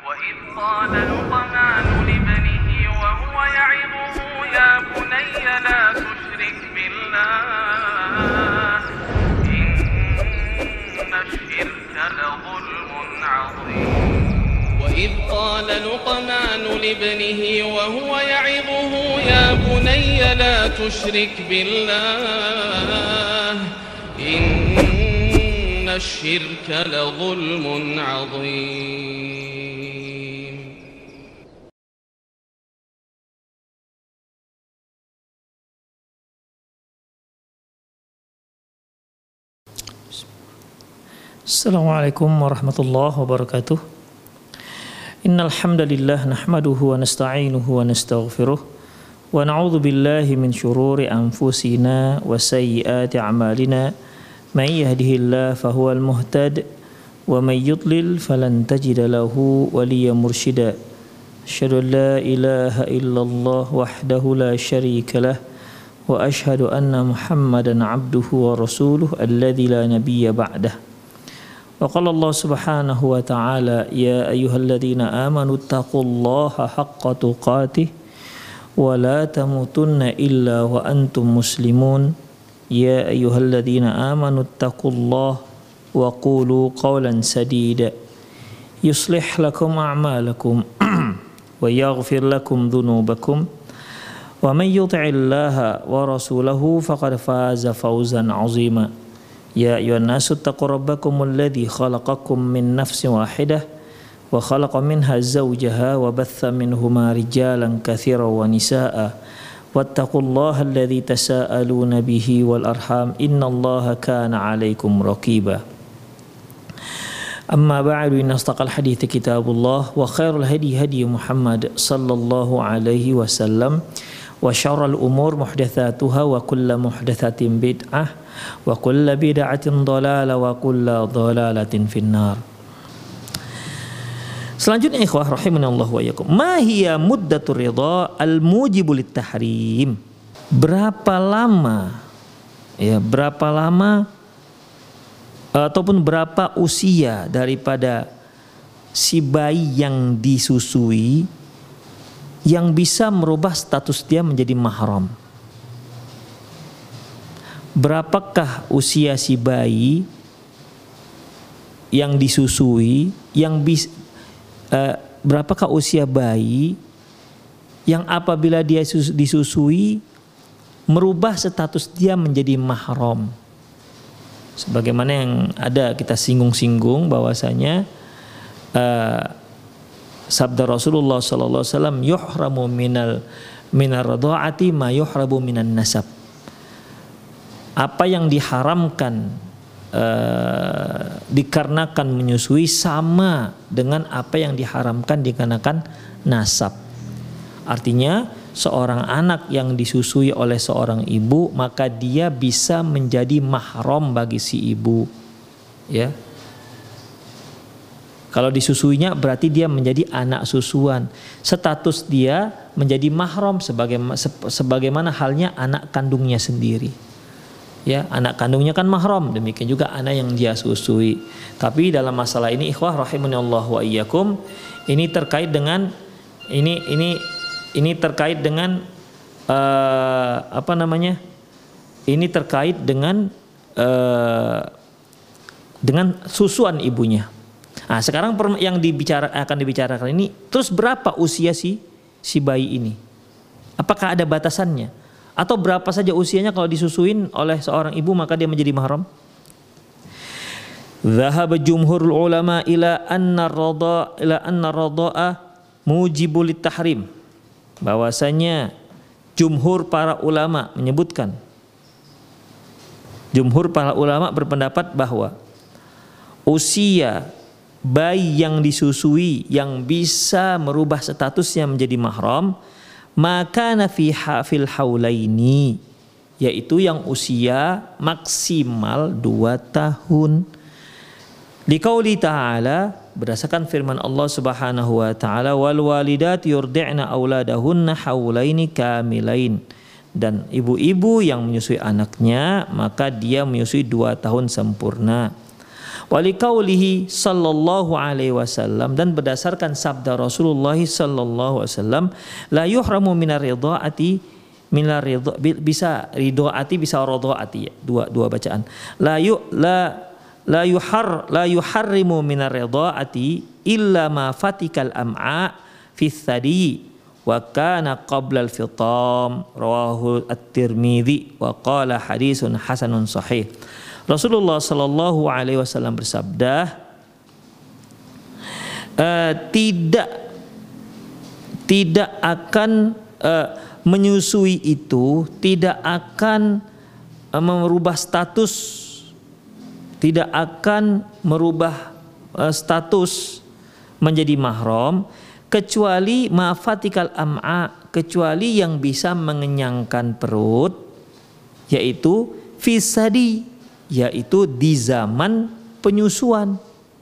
وإذ قال لقمان لابنه وهو يعظه يا بني لا تشرك بالله إن الشرك لظلم عظيم وإذ قال لقمان لابنه وهو يعظه يا بني لا تشرك بالله إن الشرك لظلم عظيم. Assalamualaikum warahmatullahi wabarakatuh. Innal hamdalillah nahmaduhu wa nasta'inuhu wa nastaghfiruh wa na'udzu billahi min syururi anfusina wa sayyiati a'malina. May yahdihillahu fahuwal muhtad wa may yudlil falan tajida lahu waliyyan mursyida. Asyhadu an la ilaha illallah wahdahu la syarika lah wa asyhadu anna Muhammadan 'abduhu wa rasuluhu alladzi la nabiyya ba'dah. Wa qala Allah subhanahu wa ta'ala ya ayyuhalladzina amanu taqullaha haqqa tuqatih wa la tamutunna illa wa antum muslimun. Ya ayyuhalladzina amanu taqullaha wa qulu qawlan sadida yuslih lakum a'malakum wa yaghfir lakum dhunubakum wa may yuti'illaha wa rasulahu faqad faza fawzan 'azima. Ya ayyuhan nasu taqu rabbakumul ladzi khalaqakum min nafsin wahidah wa khalaqa minha zawjaha wa batha minhuma rijalan katsiran wa nisaa'a wattaqullaha alladzi tasaaluna bihi wal arham innallaha kana 'alaikum raqiba. Amma ba'du, inna astaqal hadithi kitabullah wa khairul hadi hadi Muhammad sallallahu alaihi wasallam wa syarrul umur muhdatsatuha wa kullu muhdatsatin bid'ah wa kullu bid'atin dhalalah wa kullu dhalalatin finnar. Selanjutnya ikhwah rahimanallah wa iyyakum, ma hiya muddatur ridha al-mujibu lit-tahrim? Berapa lama ataupun berapa usia daripada si bayi yang disusui yang bisa merubah status dia menjadi mahram? Berapakah usia si bayi yang disusui berapakah usia bayi yang apabila dia disusui merubah status dia menjadi mahram? Sebagaimana yang ada kita singgung-singgung bahwasanya sabda Rasulullah sallallahu alaihi wasallam, yuhramu minar radhaati ma yuhrabu minan nasab. Apa yang diharamkan dikarenakan menyusui sama dengan apa yang diharamkan dikarenakan nasab. Artinya seorang anak yang disusui oleh seorang ibu maka dia bisa menjadi mahram bagi si ibu, ya. Kalau disusuinya berarti dia menjadi anak susuan. Status dia menjadi mahram sebagaimana halnya anak kandungnya sendiri. Ya, anak kandungnya kan mahram, demikian juga anak yang dia susui. Tapi dalam masalah ini ikhwah rahimanallah wa iyyakum, ini terkait dengan ini terkait dengan Ini terkait dengan susuan ibunya. Nah, sekarang yang akan dibicarakan ini, terus berapa usia si bayi ini? Apakah ada batasannya? Atau berapa saja usianya kalau disusuin oleh seorang ibu maka dia menjadi mahram? Dhahaba jumhurul ulama ila anna radha'a mujibul tahrim. Bahwasanya jumhur para ulama menyebutkan, jumhur para ulama berpendapat bahwa usia bayi yang disusui yang bisa merubah statusnya menjadi mahram maka fil haulaini, yaitu yang usia maksimal 2 tahun. Liqauli ta'ala, berdasarkan firman Allah Subhanahu wa taala, wal walidat yurdi'na auladahunna haulaini kamilain, dan ibu-ibu yang menyusui anaknya maka dia menyusui 2 tahun sempurna. Walikaulihi sallallahu alaihi wasallam, dan berdasarkan sabda Rasulullah sallallahu alaihi wasallam, la yuhramu minar ridhaati, minar ridha, bisa ridhaati bisa radhaati ya, dua bacaan. La yuharrimu minar ridhaati illa ma fatikal am'a fi thadi wa kana qabla al-fitam, rawahu at-Tirmidzi wa qala hadisun hasanun sahih. Rasulullah sallallahu alaihi wasallam bersabda, tidak akan menyusui itu tidak akan merubah status, tidak akan merubah status menjadi mahram, kecuali mafatikal am'a, kecuali yang bisa mengenyangkan perut, yaitu fisadi, yaitu di zaman penyusuan.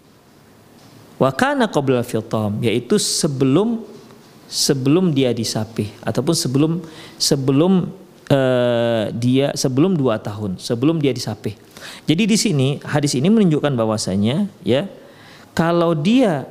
Wa kana qabla fitam, yaitu sebelum dia disapih, ataupun sebelum 2 tahun, sebelum dia disapih. Jadi di sini hadis ini menunjukkan bahwasanya ya, kalau dia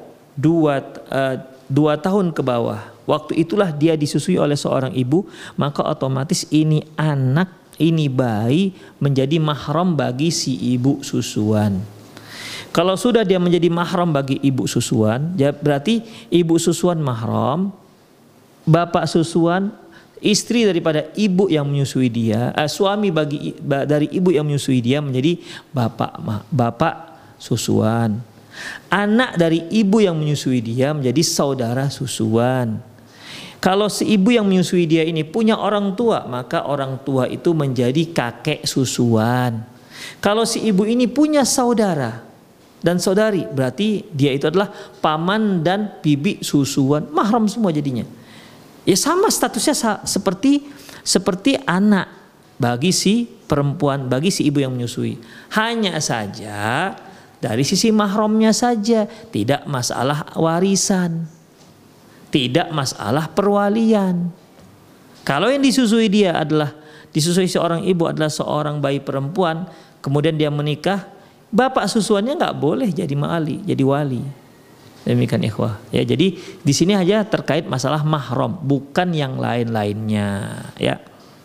2 tahun ke bawah, waktu itulah dia disusui oleh seorang ibu, maka otomatis ini anak, ini bayi menjadi mahram bagi si ibu susuan. Kalau sudah dia menjadi mahram bagi ibu susuan, ya berarti ibu susuan mahram, bapak susuan, istri daripada ibu yang menyusui dia, suami dari ibu yang menyusui dia menjadi bapak susuan. Anak dari ibu yang menyusui dia menjadi saudara susuan. Kalau si ibu yang menyusui dia ini punya orang tua, maka orang tua itu menjadi kakek susuan. Kalau si ibu ini punya saudara dan saudari, berarti dia itu adalah paman dan bibi susuan, mahram semua jadinya. Ya sama statusnya seperti anak bagi si perempuan, bagi si ibu yang menyusui. Hanya saja dari sisi mahramnya saja, tidak masalah warisan, tidak masalah perwalian. Kalau yang disusui seorang ibu adalah seorang bayi perempuan, kemudian dia menikah, bapak susuannya nggak boleh jadi wali. Demikian ikhwah. Ya, jadi di sini aja terkait masalah mahram, bukan yang lain-lainnya. Ya.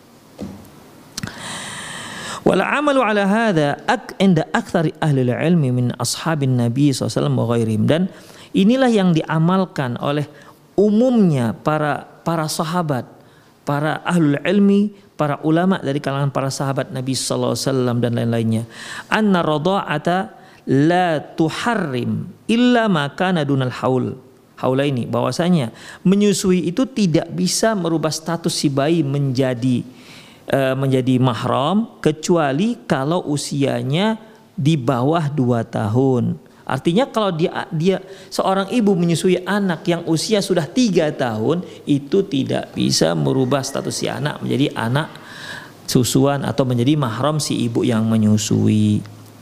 Wal amalu ala hadza inda aktsari ahli ilmi min ashabin Nabi SAW wa ghairihim, dan inilah yang diamalkan oleh umumnya para sahabat, para ahlul ilmi, para ulama dari kalangan para sahabat Nabi SAW dan lain-lainnya. Anna radha'ata la tuharrim illa ma kana dunal haulaini, bahwasanya menyusui itu tidak bisa merubah status si bayi menjadi mahram, kecuali kalau usianya di bawah 2 tahun. Artinya kalau dia seorang ibu menyusui anak yang usia sudah 3 tahun, itu tidak bisa merubah status si anak menjadi anak susuan atau menjadi mahram si ibu yang menyusui.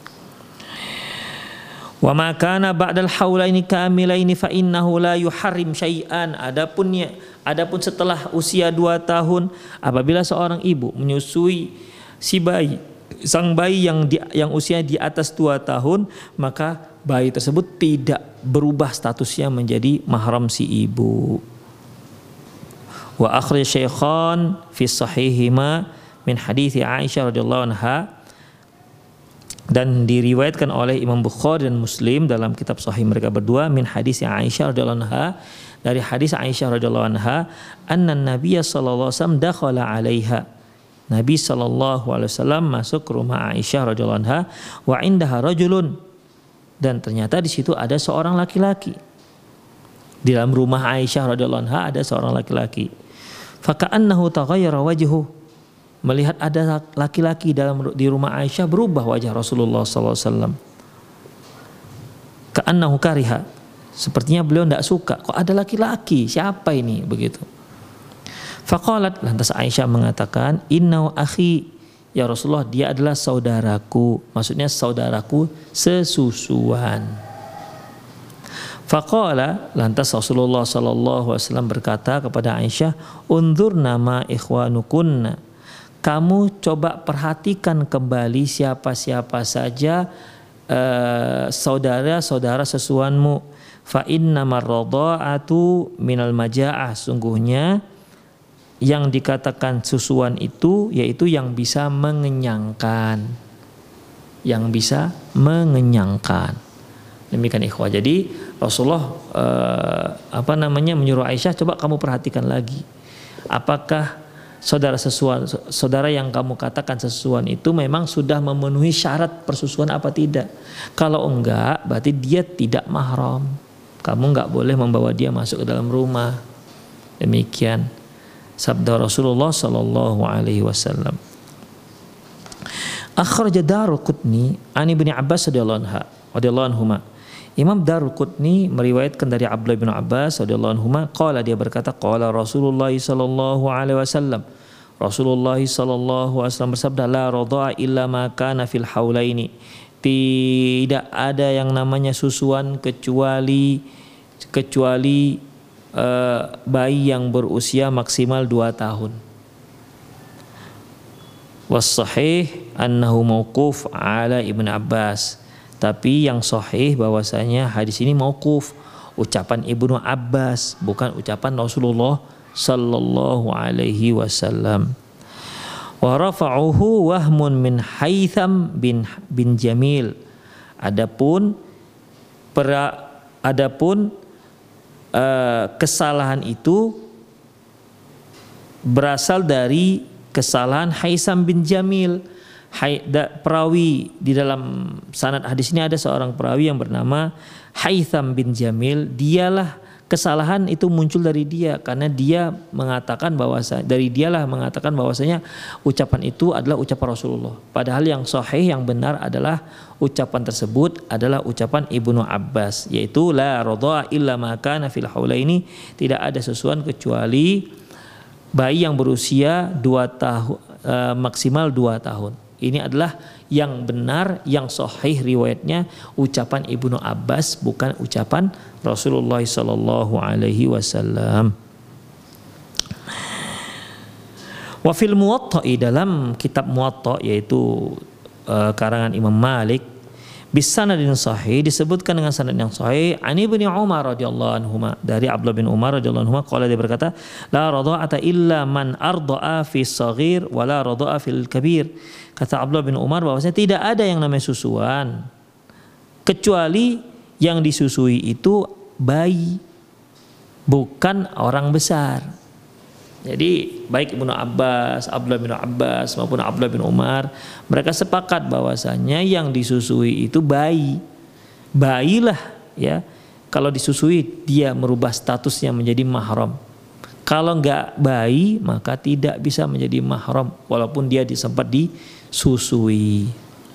Wa ma kana ba'dal haulaini kamilaini fa innahu la yuharrim syai'an. Adapun setelah usia 2 tahun, apabila seorang ibu menyusui sang bayi yang usia di atas 2 tahun, maka bayi tersebut tidak berubah statusnya menjadi mahram si ibu. Wa akhraj syaikhan fi sahihima min hadits Aisyah radhiyallahu anha, dan diriwayatkan oleh Imam Bukhari dan Muslim dalam kitab sahih mereka berdua, min hadits Aisyah radhiyallahu anha, dari hadis Aisyah radhiyallahu anha, anna Nabiy sallallahu alaihi wasallam dakhala 'alaiha, Nabi sallallahu alaihi wasallam masuk ke rumah Aisyah radhiyallahu anha, wa indaha rajulun, dan ternyata di situ ada seorang laki-laki. Di dalam rumah Aisyah radhiyallahu anha ada seorang laki-laki. Faka'annahu taghayyara wajhu, melihat ada laki-laki di rumah Aisyah, berubah wajah Rasulullah sallallahu alaihi wasallam. Ka'annahu kariha, sepertinya beliau tidak suka, kok ada laki-laki, siapa ini, begitu. Faqalat, lantas Aisyah mengatakan, innahu akhi, ya Rasulullah, dia adalah saudaraku, maksudnya saudaraku sesusuan. Faqala, lantas Rasulullah sallallahu alaihi wasallam berkata kepada Aisyah, unzurna ma ikhwanukunna, kamu coba perhatikan kembali siapa-siapa saja saudara-saudara sesuanmu. Fa innamar radha'atu minal maja'ah, sungguhnya yang dikatakan susuan itu yaitu yang bisa mengenyangkan. Yang bisa mengenyangkan. Demikian ikhwah. Jadi Rasulullah menyuruh Aisyah, coba kamu perhatikan lagi. Apakah saudara yang kamu katakan sesusuan itu memang sudah memenuhi syarat persusuan apa tidak? Kalau enggak, berarti dia tidak mahram. Kamu enggak boleh membawa dia masuk ke dalam rumah. Demikian sabda Rasulullah sallallahu alaihi wasallam. Akhraj Daruqutni an Ibnu Abbas radhiyallahu anhuma. Imam Daruqutni meriwayatkan dari Abdullah bin Abbas radhiyallahu anhuma, qala, dia berkata, qala Rasulullah sallallahu alaihi wasallam. Rasulullah sallallahu alaihi wasallam bersabda, la radha'a illa ma kana fil haulaini. Tidak ada yang namanya susuan kecuali bayi yang berusia maksimal 2 tahun. Was sahih annahu mauquf ala Ibnu Abbas. Tapi yang sahih bahwasanya hadis ini mauquf, ucapan Ibnu Abbas, bukan ucapan Rasulullah sallallahu alaihi wasallam. Wa rafa'uhu wahmun min Haytham bin Jamil. Adapun kesalahan itu berasal dari kesalahan Haytham bin Jamil. Perawi di dalam sanad hadis ini ada seorang perawi yang bernama Haytham bin Jamil. Dialah kesalahan itu muncul dari dia, karena dia mengatakan bahwasanya ucapan itu adalah ucapan Rasulullah. Padahal yang sahih, yang benar adalah ucapan tersebut adalah ucapan Ibnu Abbas, yaitu la radha'a illa ma kana fil haulaini, tidak ada susuan kecuali bayi yang berusia 2 tahun, maksimal 2 tahun. Ini adalah yang benar, yang sahih riwayatnya, ucapan Ibnu Abbas, bukan ucapan Rasulullah sallallahu alaihi wasallam. Wa fil Muwatta'i, dalam kitab Muwatta, yaitu karangan Imam Malik, bisanadin sahih, disebutkan dengan sanad yang sahih, an Ibnu Umar radhiyallahu anhuma, dari Abdullah bin Umar radhiyallahu anhuma, qala, dia berkata, la radha'ata illa man arda'a fi shaghir wa la radha'a fil kabir. Kata Abdullah bin Umar bahwasanya tidak ada yang namanya susuan kecuali yang disusui itu bayi, bukan orang besar. Jadi baik Ibnu Abbas, Abdullah bin Abbas maupun Abdullah bin Umar, mereka sepakat bahwasanya yang disusui itu bayi. Bayilah ya. Kalau disusui dia merubah statusnya menjadi mahram. Kalau enggak bayi maka tidak bisa menjadi mahram walaupun dia sempat disusui.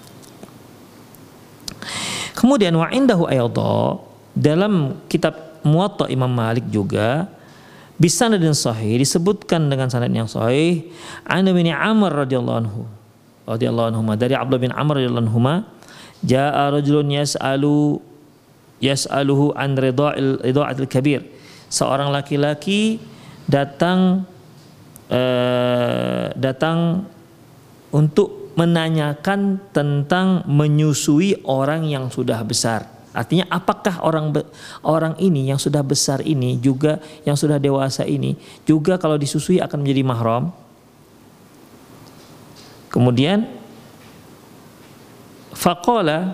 Kemudian wa indahu aydha, dalam kitab Muwatta Imam Malik juga bisanadin sahih, disebutkan dengan sanad yang sahih, an bin Amr radhiyallahu anhu, dari Abdullah bin Amr radhiyallahu anhu, jaa rajulun yas'aluhu an ridha'il kabir. Seorang laki-laki datang untuk menanyakan tentang menyusui orang yang sudah besar. Artinya apakah orang ini yang sudah besar ini juga, yang sudah dewasa ini juga kalau disusui akan menjadi mahram? Kemudian faqala,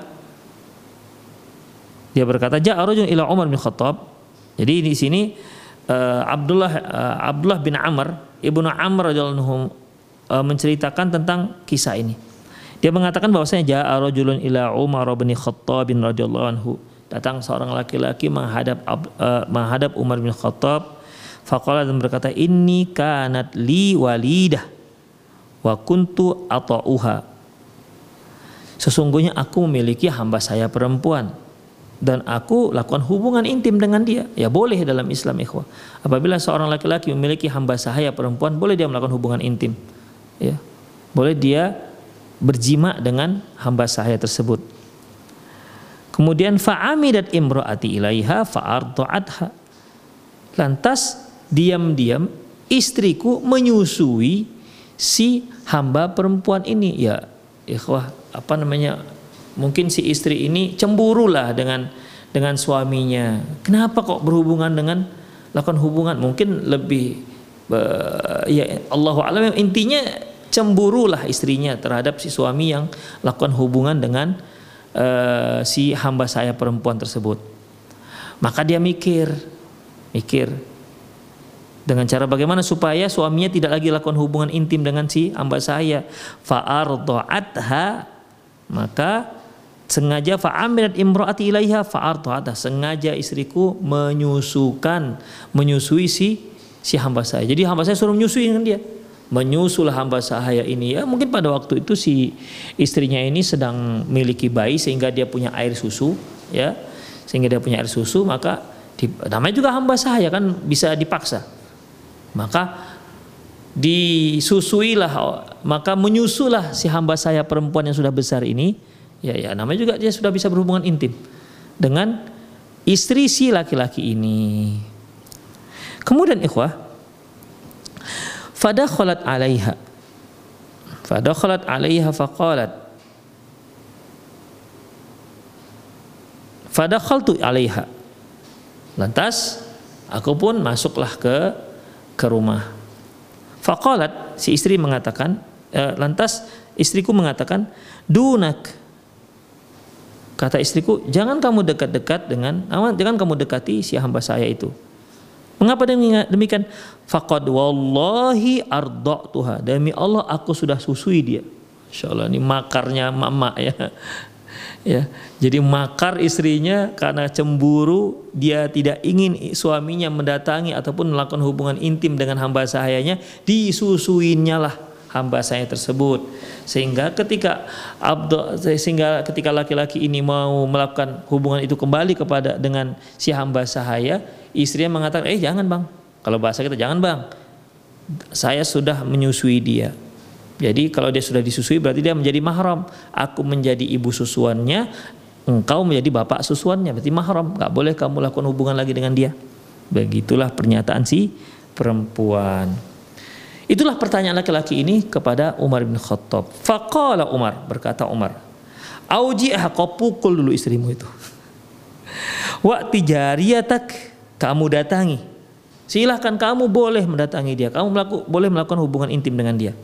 dia berkata, ja'a rajulun ila Umar bin Khattab. Jadi di sini Abdullah bin Amr, Ibnu Amr radhiyallahu anhu menceritakan tentang kisah ini. Dia mengatakan bahwasanya ja'a rajulun ila Umar bin Khattab radhiyallahu anhu. Datang seorang laki-laki menghadap Umar bin Khattab, faqala, dan berkata, inni kanat li walidah wa kuntu ata'uha. Sesungguhnya aku memiliki hamba saya perempuan dan aku lakukan hubungan intim dengan dia. Ya boleh dalam Islam ikhwah. Apabila seorang laki-laki memiliki hamba sahaya perempuan, boleh dia melakukan hubungan intim. Ya. Boleh dia berjima dengan hamba sahaya tersebut. Kemudian fa'amidat imra'ati ilaiha fa'arda'atha. Lantas diam-diam istriku menyusui si hamba perempuan ini. Ya ikhwah, mungkin si istri ini cemburulah dengan suaminya. Kenapa kok berhubungan dengan lakukan hubungan? Mungkin lebih ya Allahu a'lam, intinya cemburulah istrinya terhadap si suami yang lakukan hubungan dengan si hamba saya perempuan tersebut. Maka dia mikir dengan cara bagaimana supaya suaminya tidak lagi lakukan hubungan intim dengan si hamba saya. Fa'arda'atha, maka sengaja fa'amilat imra'ati ilaiha fa'arda'atha, sengaja istriku menyusui si hamba saya. Jadi hamba saya suruh menyusui dengan dia. Menyusul hamba saya ini, ya mungkin pada waktu itu si istrinya ini sedang memiliki bayi sehingga dia punya air susu, ya. Sehingga dia punya air susu, maka namanya juga hamba saya kan bisa dipaksa. Maka disusuilah, maka menyusulah si hamba saya perempuan yang sudah besar ini, ya namanya juga dia sudah bisa berhubungan intim dengan istri si laki-laki ini. Kemudian ikhwah, fadakhalat 'alaiha faqalat, fadakhaltu 'alaiha, lantas aku pun masuklah ke rumah. Faqalat, si istri mengatakan, lantas istriku mengatakan, dunak, kata istriku, jangan kamu dekat-dekat jangan kamu dekati si hamba saya itu. Mengapa demikian? Faqad wallahi arda'tuha, demi Allah aku sudah susui dia. Insyaallah ini makarnya mama ya. Ya, jadi makar istrinya karena cemburu, dia tidak ingin suaminya mendatangi ataupun melakukan hubungan intim dengan hamba sahayanya, disusuinnya lah hamba saya tersebut. Sehingga ketika laki-laki ini mau melakukan hubungan itu kembali dengan si hamba sahaya, istrinya mengatakan, jangan bang, kalau bahasa kita jangan bang, saya sudah menyusui dia. Jadi kalau dia sudah disusui berarti dia menjadi mahram. Aku menjadi ibu susuannya, engkau menjadi bapak susuannya, berarti mahram. Gak boleh kamu lakukan hubungan lagi dengan dia. Begitulah pernyataan si perempuan. Itulah pertanyaan laki-laki ini kepada Umar bin Khattab. Faqala Umar, berkata Umar, auji'ah, kau pukul dulu istrimu itu. Wa'ti jariyatak, kamu datangi. Silahkan kamu boleh mendatangi dia. Kamu boleh melakukan hubungan intim dengan dia.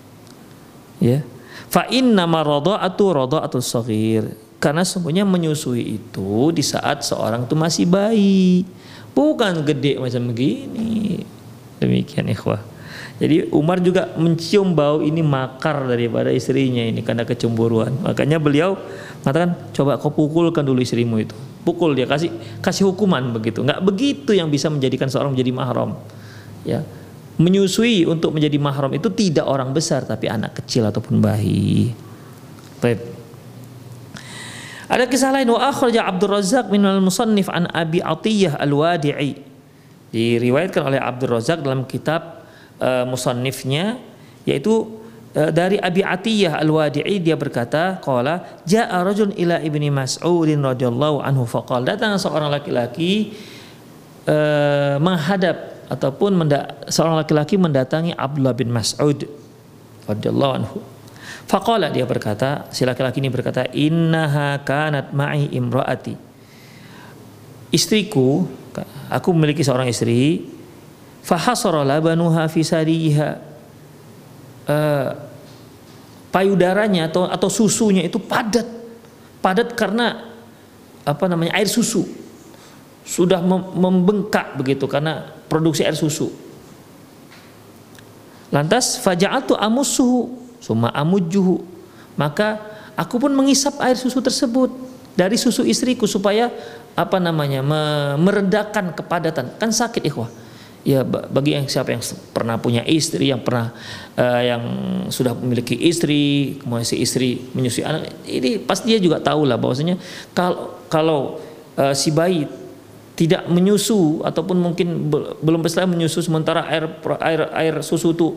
Ya, fa innama radha'atul shaghir, karena semuanya menyusui itu di saat seorang itu masih bayi, bukan gede macam begini. Demikian ikhwah. Jadi Umar juga mencium bau ini makar daripada istrinya ini karena kecemburuan. Makanya beliau mengatakan, coba kau pukulkan dulu istrimu itu. Pukul dia, kasih hukuman begitu. Enggak begitu yang bisa menjadikan seorang menjadi mahram. Ya. Menyusui untuk menjadi mahram itu tidak orang besar tapi anak kecil ataupun bayi. Baik. Ada kisah lain, wa akhraja Abdul Razzaq min al-Musannif an Abi Atiyah al-Wadi'i. Diriwayatkan oleh Abdul Razzaq dalam kitab musannifnya, yaitu dari Abi Atiyah al-Wadi'i, dia berkata, qala jaa rajul ila Ibni Mas'udin radhiyallahu anhu faqala, datang seorang laki-laki menghadap ataupun seorang laki-laki mendatangi Abdullah bin Mas'ud radhiyallahu anhu. Faqala, dia berkata, si laki-laki ini berkata, innaha kanat ma'i imraati, istriku, aku memiliki seorang istri, fahasara labanuha fi sariha, payudaranya atau susunya itu padat karena air susu sudah membengkak begitu karena produksi air susu. Lantas faja'altu amussuhu summa amujjuhu, maka aku pun mengisap air susu tersebut dari susu istriku supaya meredakan kepadatan. Kan sakit ikhwah. Ya, bagi siapa yang pernah punya istri, yang sudah memiliki istri, kemudian si istri menyusui anak, ini pasti dia juga tahu lah bahwasanya kalau si bayi tidak menyusu ataupun mungkin belum selesai menyusu sementara air susu itu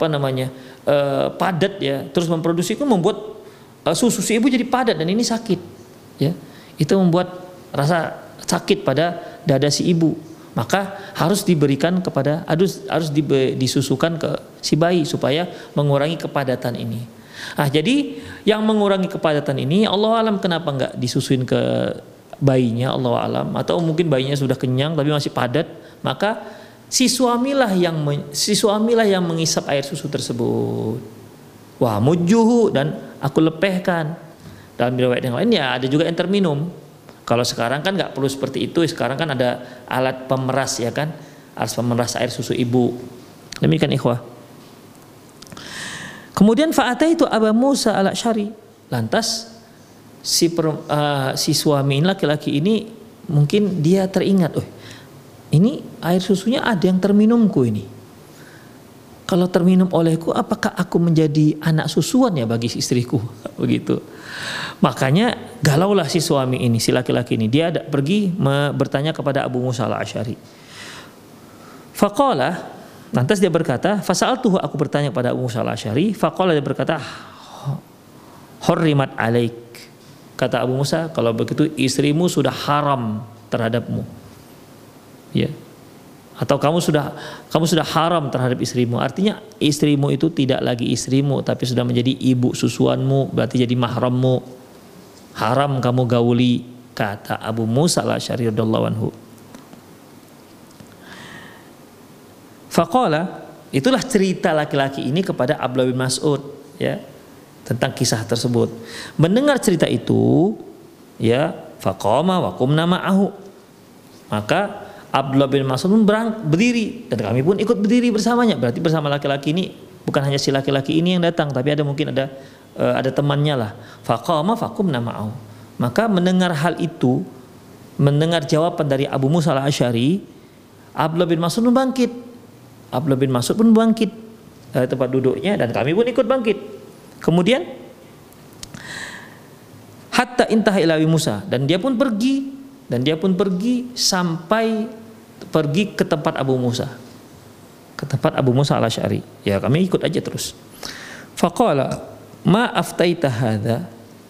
padat ya, terus memproduksi itu membuat susu si ibu jadi padat dan ini sakit ya, itu membuat rasa sakit pada dada si ibu, maka harus disusukan ke si bayi supaya mengurangi kepadatan ini. Nah, jadi yang mengurangi kepadatan ini Allah alam kenapa nggak disusuin ke bayinya, Allah alam, atau mungkin bayinya sudah kenyang tapi masih padat, maka si suamilah yang mengisap air susu tersebut. Wah mujuhu, dan aku lepehkan. Dalam riwayat yang lain ya ada juga yang terminum. Kalau sekarang kan nggak perlu seperti itu, sekarang kan ada alat pemeras ya kan, alat pemeras air susu ibu. Demikian ikhwah. Kemudian fa'ataitu Aba Musa al-Asy'ari. Lantas si suami laki-laki ini mungkin dia teringat, oh ini air susunya ada yang terminumku ini. Kalau terminum olehku, apakah aku menjadi anak susuan ya bagi istriku? Begitu. Makanya galaulah si suami ini, si laki-laki ini. Dia pergi bertanya kepada Abu Musa al-Asy'ari. Faqala, lantas dia berkata, fasa'altuhu, aku bertanya kepada Abu Musa al-Asy'ari. Faqala, dia berkata, hurrimat alaik. Kata Abu Musa, kalau begitu istrimu sudah haram terhadapmu. Ya. Atau kamu sudah haram terhadap istrimu. Artinya istrimu itu tidak lagi istrimu, tapi sudah menjadi ibu susuanmu, berarti jadi mahrammu. Haram kamu gauli, kata Abu Musa al-Asy'ari radhiyallahu anhu. Faqala, itulah cerita laki-laki ini kepada Abdullah bin Mas'ud ya, tentang kisah tersebut. Mendengar cerita itu ya, faqama wa qumna ma'ahu. Maka Abdullah bin Mas'ud pun berdiri dan kami pun ikut berdiri bersamanya. Berarti bersama laki-laki ini, bukan hanya si laki-laki ini yang datang, tapi mungkin ada temannya lah. Faqama faqumna ma'ahu. Maka mendengar hal itu, mendengar jawaban dari Abu Musa al-Asy'ari, Abdullah bin Mas'ud pun bangkit. Abdullah bin Mas'ud pun bangkit dari tempat duduknya dan kami pun ikut bangkit. Kemudian hatta intaha ila Musa, dan dia pun pergi sampai pergi ke tempat Abu Musa, ke tempat Abu Musa al-Asy'ari. Ya kami ikut aja terus. Faqala ma aftaita hadza.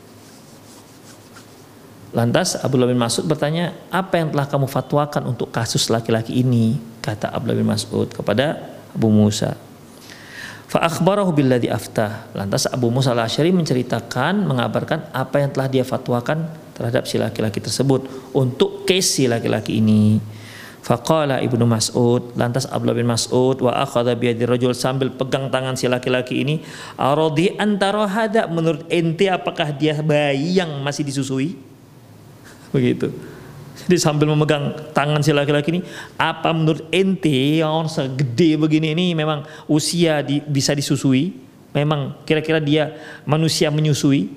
Lantas Abdullah bin Mas'ud bertanya, apa yang telah kamu fatwakan untuk kasus laki-laki ini? Kata Abdullah bin Mas'ud kepada Abu Musa. Fa akhbarahu billadzi aftah. Lantas Abu Musa al-Asy'ari mengabarkan apa yang telah dia fatwakan terhadap si laki-laki tersebut untuk case si laki-laki ini. Faqala Ibnu Mas'ud, lantas Abdullah bin Mas'ud wa akhadha bi yadi rajul, sambil pegang tangan si laki-laki ini, aradi antara hada, menurut ente apakah dia bayi yang masih disusui? Begitu. Jadi sambil memegang tangan si laki-laki ini, apa menurut ente yang segede begini ini memang usia bisa disusui? Memang kira-kira dia manusia menyusui?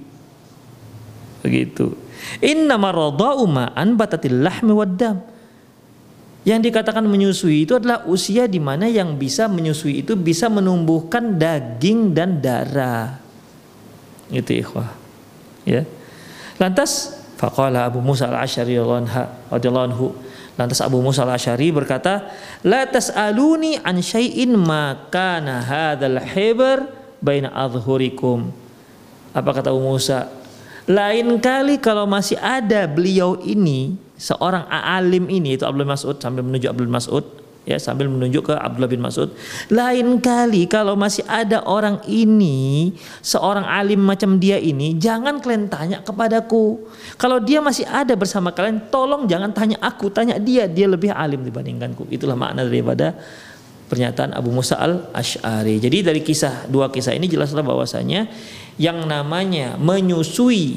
Begitu. Innama radha'u ma anbatatil lahmi wad dam. Yang dikatakan menyusui itu adalah usia di mana yang bisa menyusui itu bisa menumbuhkan daging dan darah. Itu ikhwah. Ya. Lantas faqala Abu Musa al-Asy'ari radhiyallahu anhu. Lantas Abu Musa al-Asy'ari berkata, la tas'aluni an syai'in ma kana hadzal hibr baina adhhurikum. Apa kata Abu Musa? Lain kali kalau masih ada beliau ini, seorang alim ini, itu Abdullah bin Mas'ud, sambil menunjuk Abdullah bin Mas'ud ya, sambil menunjuk ke Abdullah bin Mas'ud, lain kali kalau masih ada orang ini, seorang alim macam dia ini, jangan kalian tanya kepadaku. Kalau dia masih ada bersama kalian, tolong jangan tanya aku, tanya dia lebih alim dibandingkanku. Itulah makna daripada pernyataan Abu Musa al-Asy'ari. Jadi dari dua kisah ini jelaslah bahwasanya yang namanya menyusui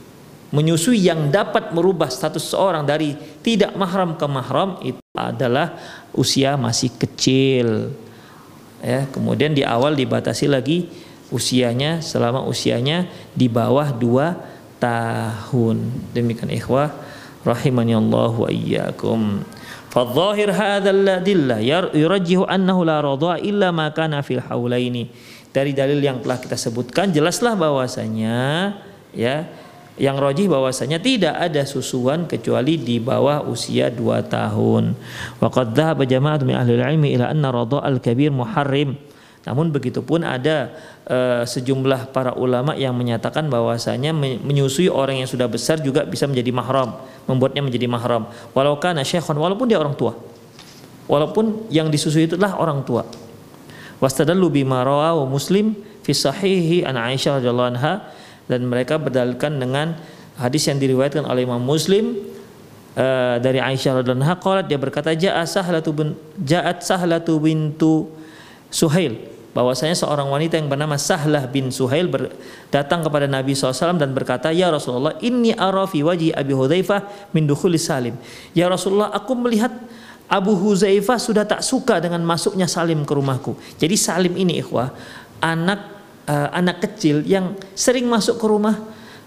yang dapat merubah status seorang dari tidak mahram ke mahram itu adalah usia masih kecil. Ya, kemudian di awal dibatasi lagi usianya selama usianya di bawah 2 tahun. Demikian ikhwah rahimani Allah wa iyyakum. Fadh-dhahir hadzal ladillah yurajjihu annahu la radha illa ma kana fil haulaini. Dari dalil yang telah kita sebutkan jelaslah bahwasanya ya, yang rajih bahwasanya tidak ada susuan kecuali di bawah usia 2 tahun. Wa qad dhahaba jama'atun min ahli al-'ilmi ila anna radha'al kabir muharrim. Namun begitupun ada sejumlah para ulama yang menyatakan bahwasanya menyusui orang yang sudah besar juga bisa menjadi mahram, membuatnya menjadi mahram. Walau kana syaikhan, walaupun dia orang tua. Walaupun yang disusui itu adalah orang tua. Wastadallu bima rawahu Muslim fi sahihi an Aisyah radhiyallahu anha, dan mereka berdalilkan dengan hadis yang diriwayatkan oleh Imam Muslim dari Aisyah radhiyallahu anha, qalat, dia berkata, ja'at Sahlatu bintu Suhail, bahwasanya seorang wanita yang bernama Sahlah bin Suhail datang kepada Nabi SAW dan berkata, ya Rasulullah, inni ara fi wajhi Abi Hudzaifah min dukhuli Salim. Ya Rasulullah, aku melihat Abu Hudzaifah sudah tak suka dengan masuknya Salim ke rumahku. Jadi Salim ini ikhwah, anak kecil yang sering masuk ke rumah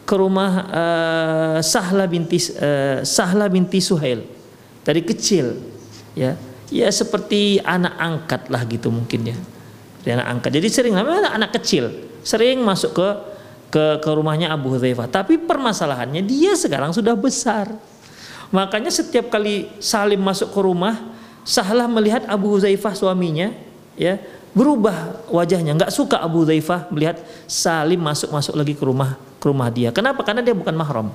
Sahlah binti Suhail dari kecil, ya seperti anak angkat lah gitu mungkin ya, anak angkat. Jadi sering namanya anak kecil sering masuk ke rumahnya Abu Hudzaifah. Tapi permasalahannya dia sekarang sudah besar, makanya setiap kali Salim masuk ke rumah, Sahlah melihat Abu Hudzaifah suaminya, ya, berubah wajahnya, nggak suka Abu Hudzaifah melihat Salim masuk lagi ke rumah dia. Kenapa? Karena dia bukan mahram.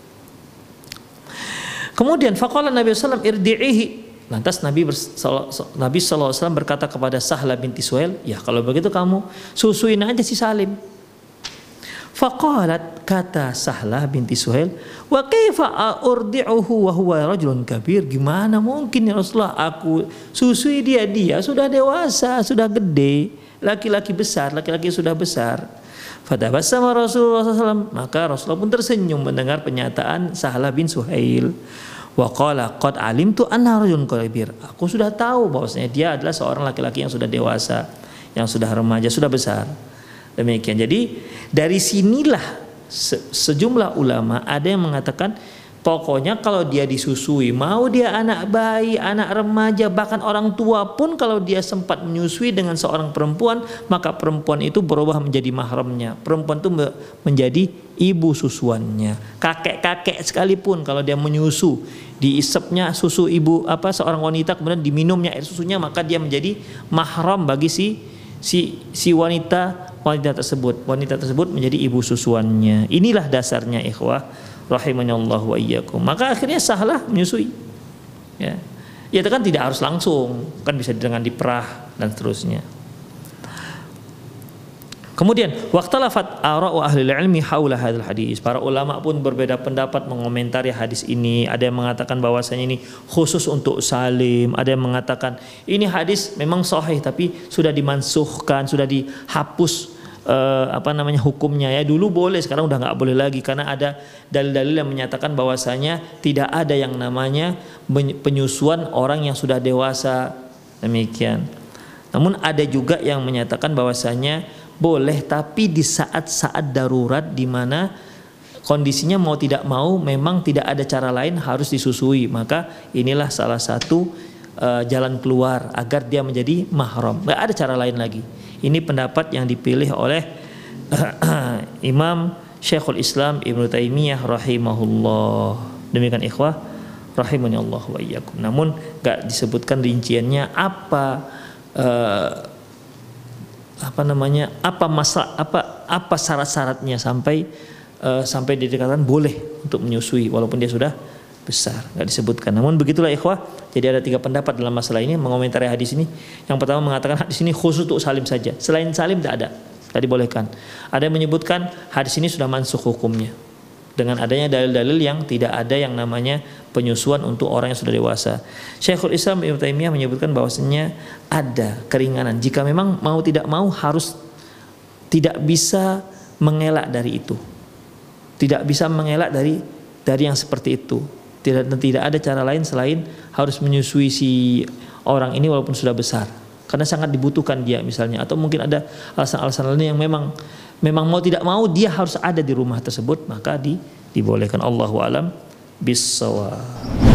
Kemudian faqala Nabi sallallahu alaihi wasallam irdi'ihi. Lantas Nabi sallallahu alaihi wasallam berkata kepada Sahlah binti Suhail, ya kalau begitu kamu susuin aja si Salim. Faqalat, kata Sahlah binti Suhail, wa kaifa urdi'uhu wa huwa rajulun kabir. Gimana mungkin ya Rasulullah aku susui dia sudah dewasa, sudah gede, laki-laki sudah besar. Fatabassama Rasulullah SAW, maka Rasulullah pun tersenyum mendengar pernyataan Sahlah bin Suhail. Wa qala qad alimtu anna rajulun kabir. Aku sudah tahu bahwasanya dia adalah seorang laki-laki yang sudah dewasa, yang sudah remaja, sudah besar. Demikian. Jadi dari sinilah sejumlah ulama ada yang mengatakan pokoknya kalau dia disusui, mau dia anak bayi, anak remaja, bahkan orang tua pun kalau dia sempat menyusui dengan seorang perempuan, maka perempuan itu berubah menjadi mahramnya. Perempuan itu menjadi ibu susuannya. Kakek-kakek sekalipun kalau dia menyusu, diisepnya susu ibu seorang wanita, kemudian diminumnya air susunya, maka dia menjadi mahram bagi si wanita tersebut. Wanita tersebut menjadi ibu susuannya. Inilah dasarnya ikhwah rahimahullah wa iyyakum. Maka akhirnya Sahlah menyusui. Ya itu kan tidak harus langsung, kan bisa dengan diperah dan seterusnya. Kemudian waqtalafat ara'u ahli ilmi haula hadzal hadis. Para ulama pun berbeda pendapat mengomentari hadis ini. Ada yang mengatakan bahwasanya ini khusus untuk Salim, ada yang mengatakan ini hadis memang sahih tapi sudah dimansuhkan, sudah dihapus hukumnya, ya dulu boleh, sekarang udah nggak boleh lagi karena ada dalil-dalil yang menyatakan bahwasanya tidak ada yang namanya penyusuan orang yang sudah dewasa. Demikian. Namun ada juga yang menyatakan bahwasanya boleh, tapi di saat-saat darurat di mana kondisinya mau tidak mau memang tidak ada cara lain, harus disusui, maka inilah salah satu jalan keluar agar dia menjadi mahram. Nggak ada cara lain lagi. Ini pendapat yang dipilih oleh Imam Syekhul Islam Ibnu Taimiyah rahimahullah. Demikian ikhwah rahimani Allah wa iyyakum. Namun enggak disebutkan rinciannya apa syarat-syaratnya sampai dikatakan boleh untuk menyusui walaupun dia sudah besar, nggak disebutkan. Namun begitulah ikhwah. Jadi ada 3 pendapat dalam masalah ini mengomentari hadis ini. Yang pertama mengatakan hadis ini khusus untuk Salim saja, selain Salim tidak ada, tidak dibolehkan. Ada yang menyebutkan hadis ini sudah mansukh hukumnya dengan adanya dalil-dalil yang tidak ada yang namanya penyusuan untuk orang yang sudah dewasa. Syekhul Islam Ibnu Taimiyah menyebutkan bahwasanya ada keringanan jika memang mau tidak mau harus tidak bisa mengelak dari itu, tidak bisa mengelak dari yang seperti itu. Tidak ada cara lain selain harus menyusui si orang ini walaupun sudah besar, karena sangat dibutuhkan dia misalnya, atau mungkin ada alasan-alasan lain yang memang mau tidak mau dia harus ada di rumah tersebut, maka dibolehkan. Allahu a'lam bissawab.